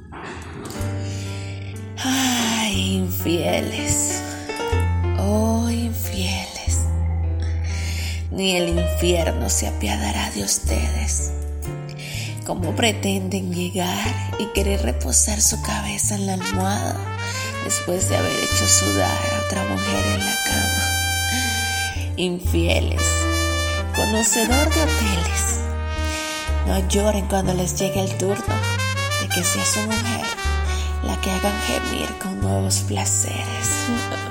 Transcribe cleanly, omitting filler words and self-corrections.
Ay, infieles, oh infieles, ni el infierno se apiadará de ustedes. ¿Cómo pretenden llegar y querer reposar su cabeza en la almohada después de haber hecho sudar a otra mujer en la cama? Infieles, conocedor de hoteles, no lloren cuando les llegue el turno de que sea su mujer la que hagan gemir con nuevos placeres.